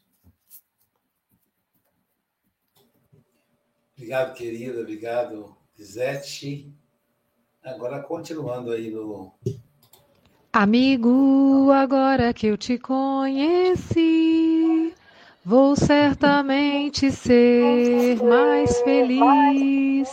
S6: Obrigado, querida. Obrigado, Lisete. Agora, continuando aí no...
S2: Amigo, agora que eu te conheci, vou certamente ser mais feliz.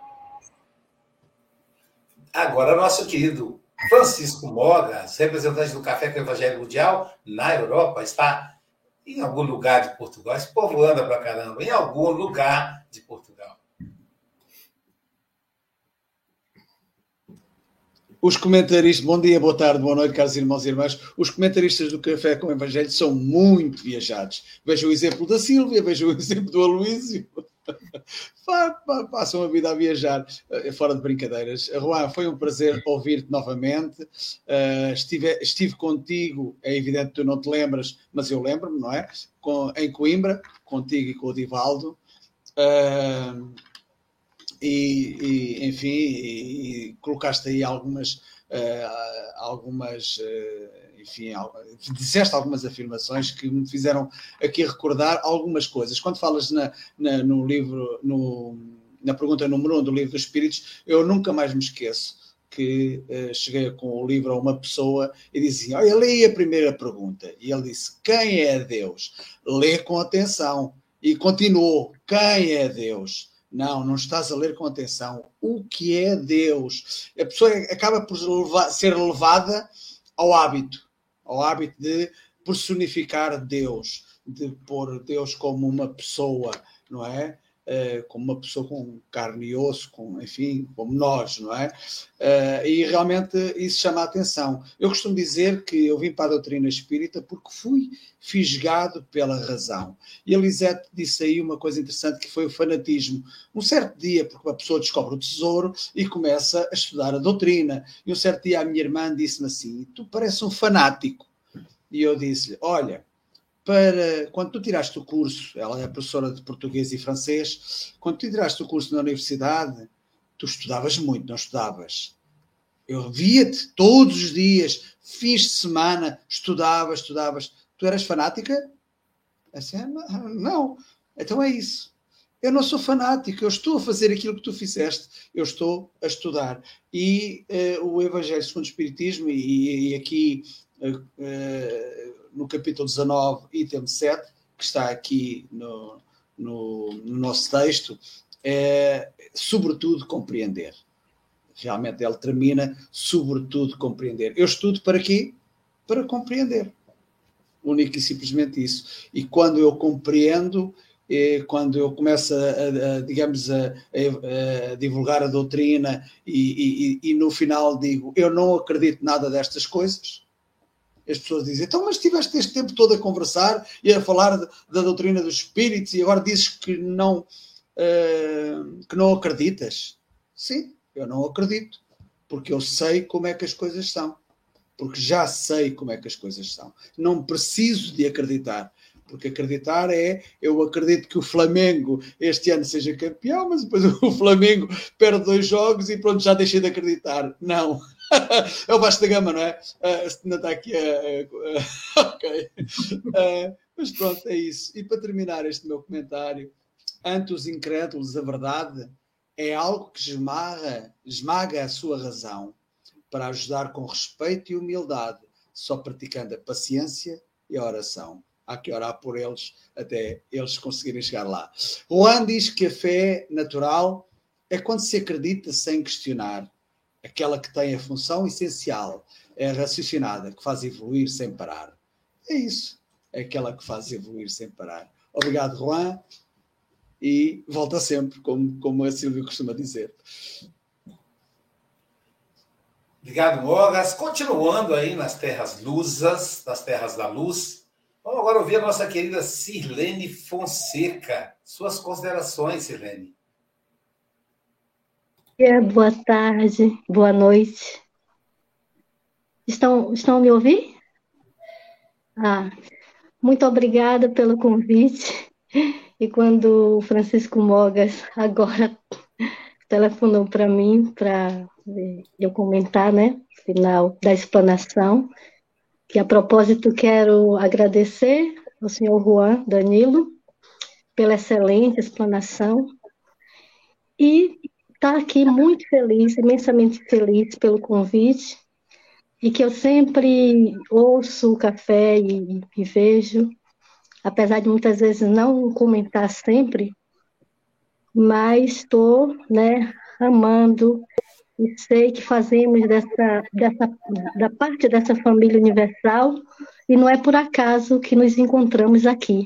S6: Agora, nosso querido Francisco Mogas, representante do Café com o Evangelho Mundial na Europa, está em algum lugar de Portugal. Esse povo anda pra caramba. Em algum lugar de Portugal.
S13: Os comentaristas, bom dia, boa tarde, boa noite, caros irmãos e irmãs. Os comentaristas do Café com o Evangelho são muito viajados. Veja o exemplo da Sílvia, veja o exemplo do Aloísio. Passam a vida a viajar, fora de brincadeiras. Juan, foi um prazer ouvir-te novamente. Uh, estive, estive contigo, é evidente que tu não te lembras, mas eu lembro-me, não é? Com, em Coimbra, contigo e com o Divaldo. Uh, E, e, enfim, e, e colocaste aí algumas, uh, algumas uh, enfim, disseste algumas afirmações que me fizeram aqui recordar algumas coisas. Quando falas na, na, no livro, no, na pergunta número um do Livro dos Espíritos, eu nunca mais me esqueço que uh, cheguei com o livro a uma pessoa e dizia, olha, lê a primeira pergunta. E ele disse, quem é Deus? Lê com atenção. E continuou, quem é Deus? Não, não estás a ler com atenção. O que é Deus? A pessoa acaba por levar, ser levada ao hábito, ao hábito de personificar Deus, de pôr Deus como uma pessoa, não é? Uh, como uma pessoa com carne e osso, com, enfim, como nós, não é? Uh, e realmente isso chama a atenção. Eu costumo dizer que eu vim para a doutrina espírita porque fui fisgado pela razão. E a Lisete disse aí uma coisa interessante que foi o fanatismo. Um certo dia, porque a pessoa descobre o tesouro e começa a estudar a doutrina. E um certo dia a minha irmã disse-me assim, tu pareces um fanático. E eu disse-lhe, olha, para, quando tu tiraste o curso, ela é professora de português e francês, quando tu tiraste o curso na universidade, tu estudavas muito, não estudavas? Eu via-te todos os dias, fins de semana, estudavas, estudavas. Tu eras fanática? Assim, não. Então é isso. Eu não sou fanático, eu estou a fazer aquilo que tu fizeste, eu estou a estudar. E uh, o Evangelho segundo o Espiritismo, e, e aqui... Uh, uh, no capítulo dezanove, item sete, que está aqui no, no, no nosso texto, é sobretudo compreender. Realmente ele termina sobretudo compreender. Eu estudo para quê? Para compreender. Único e simplesmente isso. E quando eu compreendo, é quando eu começo a, a, a digamos, a, a, a divulgar a doutrina e, e, e no final digo, eu não acredito nada destas coisas. As pessoas dizem, então, mas tiveste este tempo todo a conversar e a falar de, da doutrina dos espíritos e agora dizes que não, uh, que não acreditas. Sim, eu não acredito, porque eu sei como é que as coisas são. Porque já sei como é que as coisas são. Não preciso de acreditar. Porque acreditar é, eu acredito que o Flamengo este ano seja campeão, mas depois o Flamengo perde dois jogos e pronto, já deixei de acreditar. Não. É o baixo da gama, não é? Uh, ainda está aqui a... Uh, uh, ok. Uh, mas pronto, é isso. E para terminar este meu comentário, ante os incrédulos, a verdade é algo que esmaga, esmaga a sua razão, para ajudar com respeito e humildade, só praticando a paciência e a oração. Há que orar por eles até eles conseguirem chegar lá. Juan diz que a fé natural é quando se acredita sem questionar. Aquela que tem a função essencial, é a raciocinada, que faz evoluir sem parar. É isso. É aquela que faz evoluir sem parar. Obrigado, Juan. E volta sempre, como, como a Silvia costuma dizer.
S6: Obrigado, Mogas. Continuando aí nas terras lusas, nas terras da luz, vamos agora ouvir a nossa querida Sirlene Fonseca. Suas considerações, Sirlene.
S14: É, boa tarde, boa noite. Estão, estão a me ouvir? Ah, muito obrigada pelo convite. E quando o Francisco Mogas agora telefonou para mim para eu comentar, né, no final da explanação, que a propósito quero agradecer ao senhor Juan Danilo pela excelente explanação e estar aqui muito feliz, imensamente feliz pelo convite, e que eu sempre ouço o café e, e vejo, apesar de muitas vezes não comentar sempre, mas estou, né, amando e sei que fazemos dessa, dessa, da parte dessa família universal, e não é por acaso que nos encontramos aqui.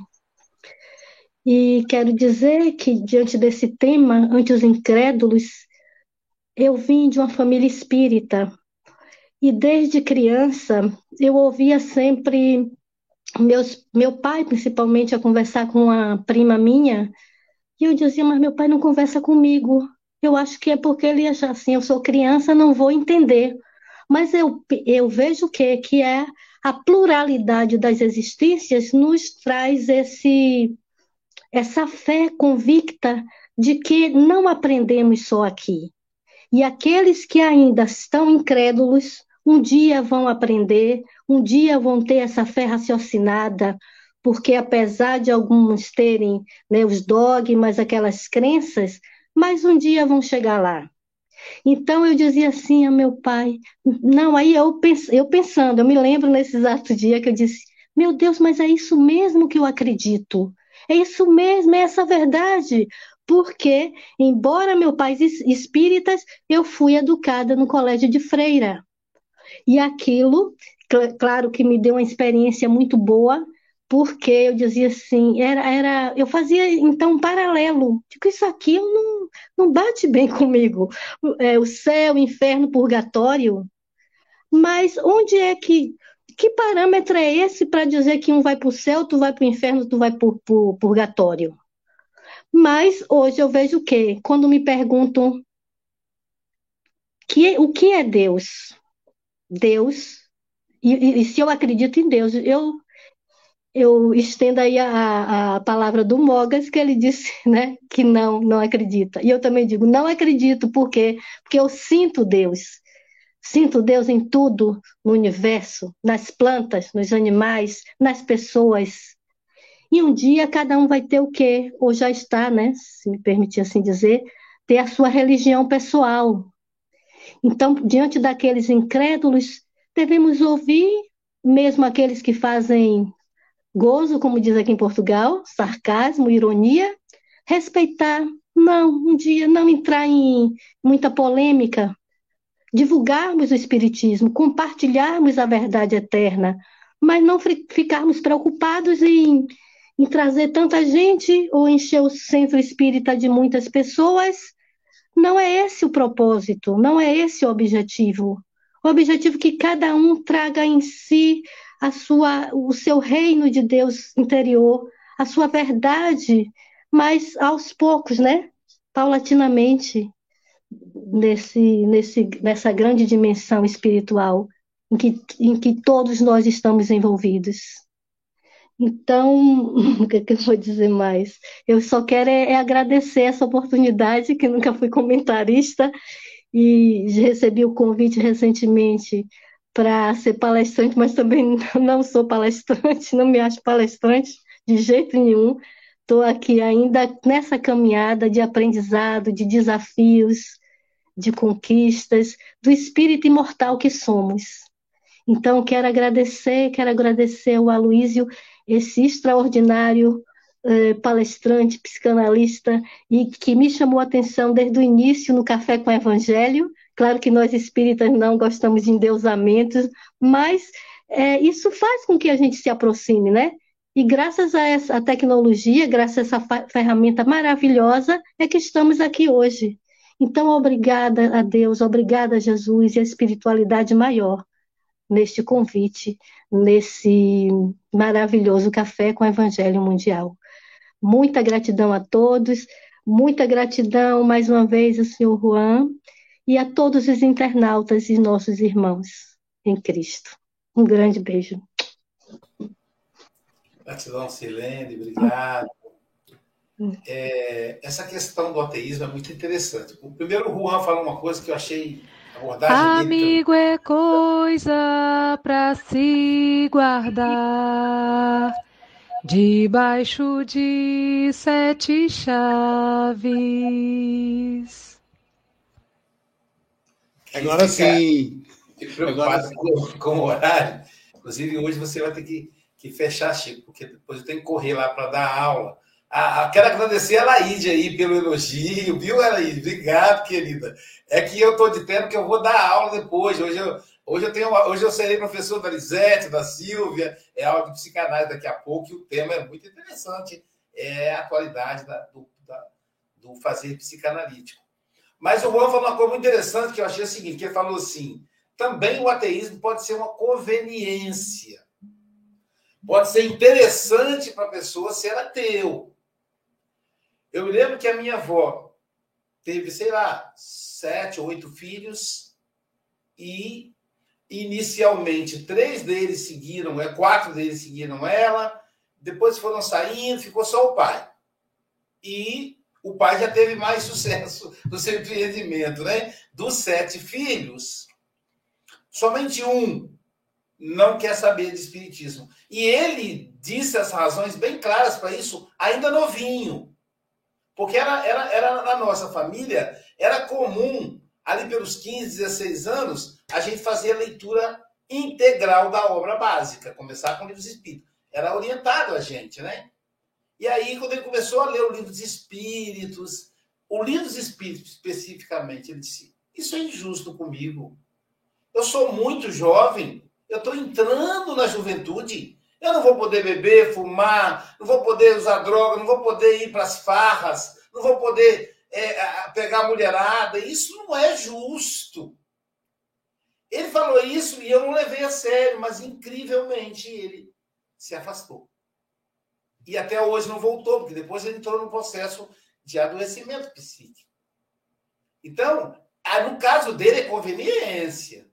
S14: E quero dizer que, diante desse tema, ante os incrédulos, eu vim de uma família espírita. E desde criança, eu ouvia sempre meus, meu pai, principalmente, a conversar com uma prima minha, e eu dizia, mas meu pai não conversa comigo. Eu acho que é porque ele acha assim, eu sou criança, não vou entender. Mas eu, eu vejo que, que é a pluralidade das existências nos traz esse... essa fé convicta de que não aprendemos só aqui. E aqueles que ainda estão incrédulos, um dia vão aprender, um dia vão ter essa fé raciocinada, porque apesar de alguns terem, né, os dogmas, aquelas crenças, mas um dia vão chegar lá. Então eu dizia assim a meu pai, não, aí eu, pens, eu pensando, eu me lembro nesse exato dia que eu disse, meu Deus, mas é isso mesmo que eu acredito. É isso mesmo, é essa verdade, porque, embora meu pai espíritas, eu fui educada no colégio de freira. E aquilo, cl- claro que me deu uma experiência muito boa, porque eu dizia assim, era, era, eu fazia então um paralelo, digo, isso aqui eu não, não bate bem comigo, é, o céu, o inferno, o purgatório, mas onde é que, que parâmetro é esse para dizer que um vai para o céu, tu vai para o inferno, tu vai para o purgatório? Mas hoje eu vejo o quê? Quando me perguntam que, o que é Deus? Deus, e, e, e se eu acredito em Deus, eu, eu estendo aí a, a palavra do Mogas, que ele disse, né, que não, não acredita. E eu também digo, não acredito, por quê? Porque eu sinto Deus. Sinto Deus em tudo no universo, nas plantas, nos animais, nas pessoas. E um dia cada um vai ter o quê? Ou já está, né, se me permitir assim dizer, ter a sua religião pessoal. Então, diante daqueles incrédulos, devemos ouvir, mesmo aqueles que fazem gozo, como diz aqui em Portugal, sarcasmo, ironia, respeitar, não, um dia não entrar em muita polêmica, divulgarmos o Espiritismo, compartilharmos a verdade eterna, mas não ficarmos preocupados em, em trazer tanta gente ou encher o centro espírita de muitas pessoas. Não é esse o propósito, não é esse o objetivo. O objetivo é que cada um traga em si a sua, o seu reino de Deus interior, a sua verdade, mas aos poucos, né? Paulatinamente, nesse, nesse, nessa grande dimensão espiritual em que, em que todos nós estamos envolvidos. Então, o que, que eu vou dizer mais? Eu só quero é, é agradecer essa oportunidade, que nunca fui comentarista, e recebi o convite recentemente para ser palestrante, mas também não sou palestrante, não me acho palestrante de jeito nenhum. Estou aqui ainda nessa caminhada de aprendizado, de desafios, de conquistas, do espírito imortal que somos. Então, quero agradecer, quero agradecer ao Aloísio, esse extraordinário eh, palestrante, psicanalista, e que me chamou a atenção desde o início no Café com o Evangelho. Claro que nós espíritas não gostamos de endeusamento, mas é, isso faz com que a gente se aproxime, né? E graças a essa a tecnologia, graças a essa ferramenta maravilhosa, é que estamos aqui hoje. Então, obrigada a Deus, obrigada a Jesus e a espiritualidade maior neste convite, nesse maravilhoso Café com o Evangelho Mundial. Muita gratidão a todos, muita gratidão mais uma vez ao senhor Juan e a todos os internautas e nossos irmãos em Cristo. Um grande beijo.
S6: Gratidão, Silene, obrigado. É, essa questão do ateísmo é muito interessante. O primeiro, o Juan falou uma coisa que eu achei a abordagem
S2: Amigo
S6: dele.
S2: é coisa para se guardar debaixo de sete chaves.
S13: Agora sim.
S6: Fico preocupado com, com o horário. Inclusive, hoje você vai ter que, que fechar, Chico, porque depois eu tenho que correr lá para dar aula. Ah, quero agradecer a Laíde aí pelo elogio, viu, Laíde? Obrigado, querida. É que eu estou de tempo que eu vou dar aula depois. Hoje eu, hoje eu, tenho, hoje eu serei professor da Lisete, da Silvia, é aula de psicanálise daqui a pouco, e o tema é muito interessante, é a atualidade da, do, da, do fazer psicanalítico. Mas o Juan falou uma coisa muito interessante que eu achei o seguinte, que ele falou assim, também o ateísmo pode ser uma conveniência. Pode ser interessante para a pessoa ser ateu. Eu me lembro que a minha avó teve, sei lá, sete ou oito filhos e, inicialmente, três deles seguiram, quatro deles seguiram ela, depois foram saindo, ficou só o pai. E o pai já teve mais sucesso no seu empreendimento, né? Dos sete filhos, somente um não quer saber de espiritismo. E ele disse as razões bem claras para isso, ainda novinho. Porque era, era, era na nossa família, era comum, ali pelos quinze, dezesseis anos, a gente fazia leitura integral da obra básica, começar com livros espíritos. Era orientado a gente, né? E aí, quando ele começou a ler o livro dos espíritos, o livro dos espíritos especificamente, ele disse, isso é injusto comigo. Eu sou muito jovem, eu estou entrando na juventude, eu não vou poder beber, fumar, não vou poder usar droga, não vou poder ir para as farras, não vou poder é, pegar a mulherada. Isso não é justo. Ele falou isso e eu não levei a sério, mas incrivelmente ele se afastou. E até hoje não voltou, porque depois ele entrou no processo de adoecimento psíquico. Então, no caso dele é conveniência.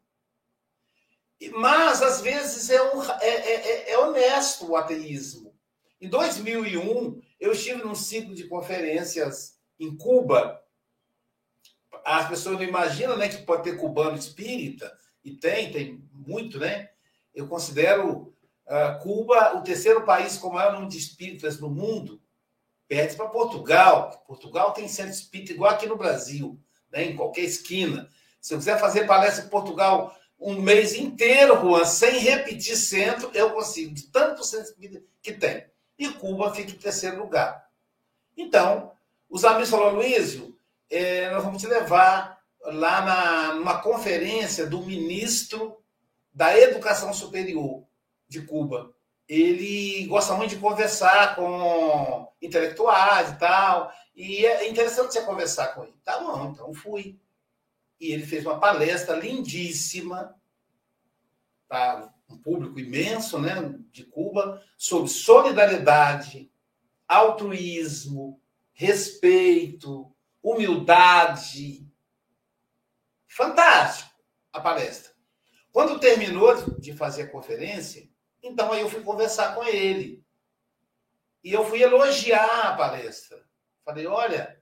S6: Mas, às vezes, é, um, é, é, é honesto o ateísmo. Em dois mil e um, eu estive num ciclo de conferências em Cuba. As pessoas não imaginam, né, que pode ter cubano espírita, e tem, tem muito, né? Eu considero uh, Cuba o terceiro país com o maior número de espíritas no mundo, perde para Portugal. Portugal tem centro espírita igual aqui no Brasil, né, em qualquer esquina. Se eu quiser fazer palestra em Portugal um mês inteiro, Juan, sem repetir centro, eu consigo, de tanto centro que tem. E Cuba fica em terceiro lugar. Então, os amigos falaram, Luísio, é, nós vamos te levar lá na, numa conferência do ministro da Educação Superior de Cuba. Ele gosta muito de conversar com intelectuais e tal, e é interessante você conversar com ele. Tá bom, então fui. E ele fez uma palestra lindíssima para um público imenso, né, de Cuba, sobre solidariedade, altruísmo, respeito, humildade. Fantástico a palestra. Quando terminou de fazer a conferência, então aí eu fui conversar com ele. E eu fui elogiar a palestra. Falei, olha,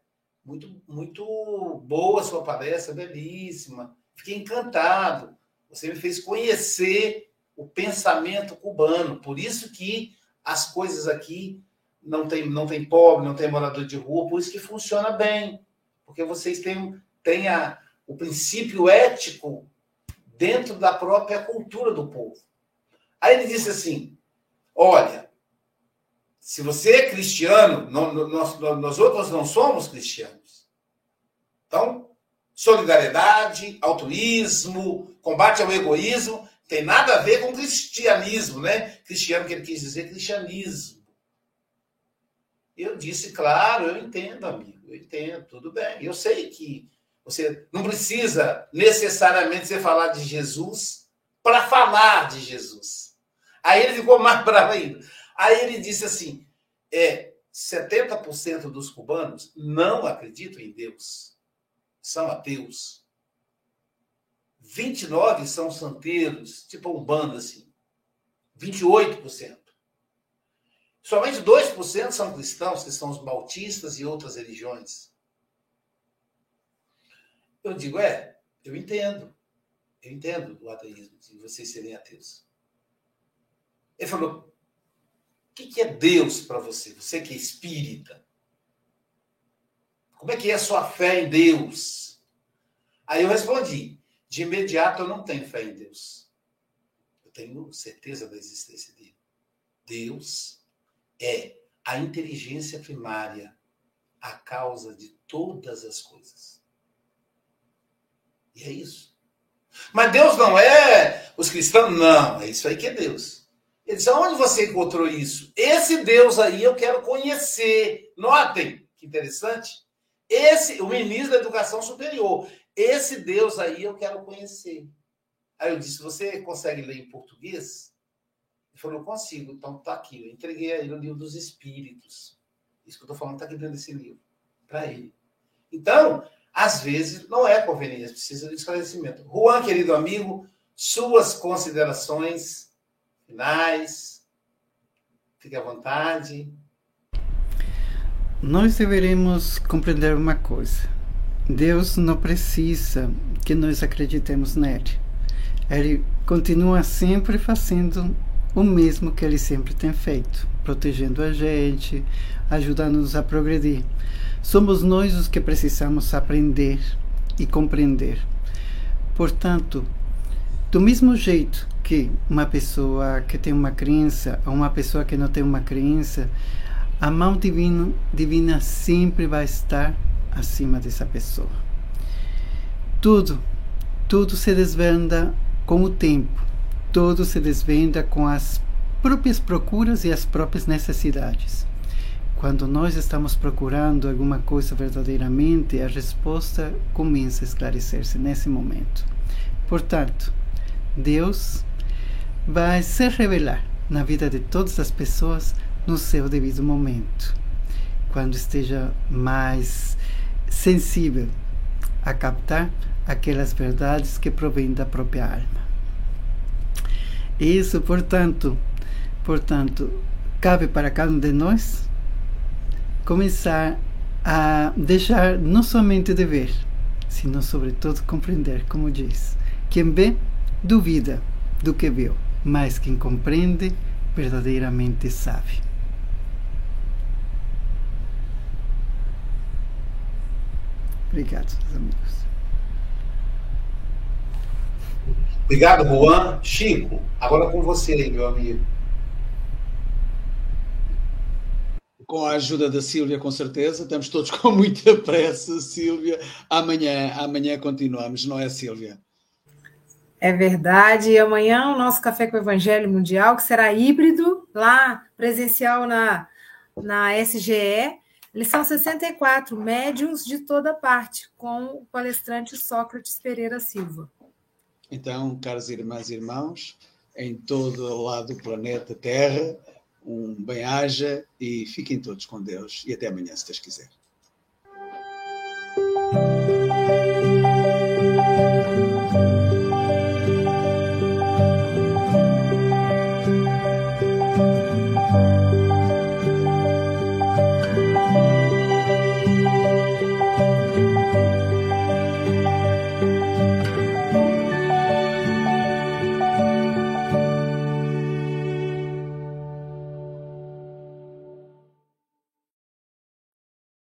S6: Muito, muito boa a sua palestra, belíssima. Fiquei encantado. Você me fez conhecer o pensamento cubano. Por isso que as coisas aqui não tem, não tem pobre, não tem morador de rua, por isso que funciona bem. Porque vocês têm, têm a, o princípio ético dentro da própria cultura do povo. Aí ele disse assim, olha, se você é cristiano, não, nós, nós outros não somos cristianos. Então, solidariedade, altruísmo, combate ao egoísmo, tem nada a ver com cristianismo, né? Cristiano que ele quis dizer cristianismo. Eu disse, claro, eu entendo, amigo, eu entendo, tudo bem. Eu sei que você não precisa necessariamente você falar de Jesus para falar de Jesus. Aí ele ficou mais bravo ainda. Aí ele disse assim, é, setenta por cento dos cubanos não acreditam em Deus. São ateus. vinte e nove por cento são santeiros, tipo Umbanda, assim. vinte e oito por cento. Somente dois por cento são cristãos, que são os bautistas e outras religiões. Eu digo, é, eu entendo. Eu entendo o ateísmo, de vocês serem ateus. Ele falou, o que é Deus para você? Você que é espírita. Como é que é a sua fé em Deus? Aí eu respondi, de imediato eu não tenho fé em Deus. Eu tenho certeza da existência dele. Deus é a inteligência primária, a causa de todas as coisas. E é isso. Mas Deus não é os cristãos? Não, é isso aí que é Deus. Ele disse, onde você encontrou isso? Esse Deus aí eu quero conhecer. Notem, que interessante. Esse, o ministro da Educação Superior. Esse Deus aí eu quero conhecer. Aí eu disse, você consegue ler em português? Ele falou, consigo. Então tá aqui. Eu entreguei a ele o livro dos Espíritos. Isso que eu estou falando está aqui dentro desse livro. Para ele. Então, às vezes, não é conveniente. Precisa de esclarecimento. Juan, querido amigo, suas considerações finais. Fique à vontade.
S8: Nós deveremos compreender uma coisa. Deus não precisa que nós acreditemos nele. Ele continua sempre fazendo o mesmo que ele sempre tem feito, protegendo a gente, ajudando-nos a progredir. Somos nós os que precisamos aprender e compreender. Portanto, do mesmo jeito que uma pessoa que tem uma crença ou uma pessoa que não tem uma crença, a mão divina, divina sempre vai estar acima dessa pessoa. Tudo, tudo se desvenda com o tempo. Tudo se desvenda com as próprias procuras e as próprias necessidades. Quando nós estamos procurando alguma coisa verdadeiramente, a resposta começa a esclarecer-se nesse momento. Portanto, Deus vai se revelar na vida de todas as pessoas no seu devido momento, quando esteja mais sensível a captar aquelas verdades que provêm da própria alma. Isso, portanto, portanto, cabe para cada um de nós começar a deixar não somente de ver, sino sobretudo compreender, como diz. Quem vê, duvida do que viu, mas quem compreende, verdadeiramente sabe. Obrigado, meus amigos.
S6: Obrigado, Juan. Chico, agora com você aí, meu amigo.
S13: Com a ajuda da Sílvia, com certeza. Estamos todos com muita pressa, Sílvia. Amanhã, amanhã continuamos, não é, Sílvia?
S7: É verdade. E amanhã o nosso Café com o Evangelho Mundial, que será híbrido, lá presencial na, na S G E. Lição sessenta e quatro, médiuns de toda parte, com o palestrante Sócrates Pereira Silva.
S13: Então, caras irmãs e irmãos, em todo o lado do planeta Terra, um bem-aja e fiquem todos com Deus. E até amanhã, se Deus quiser.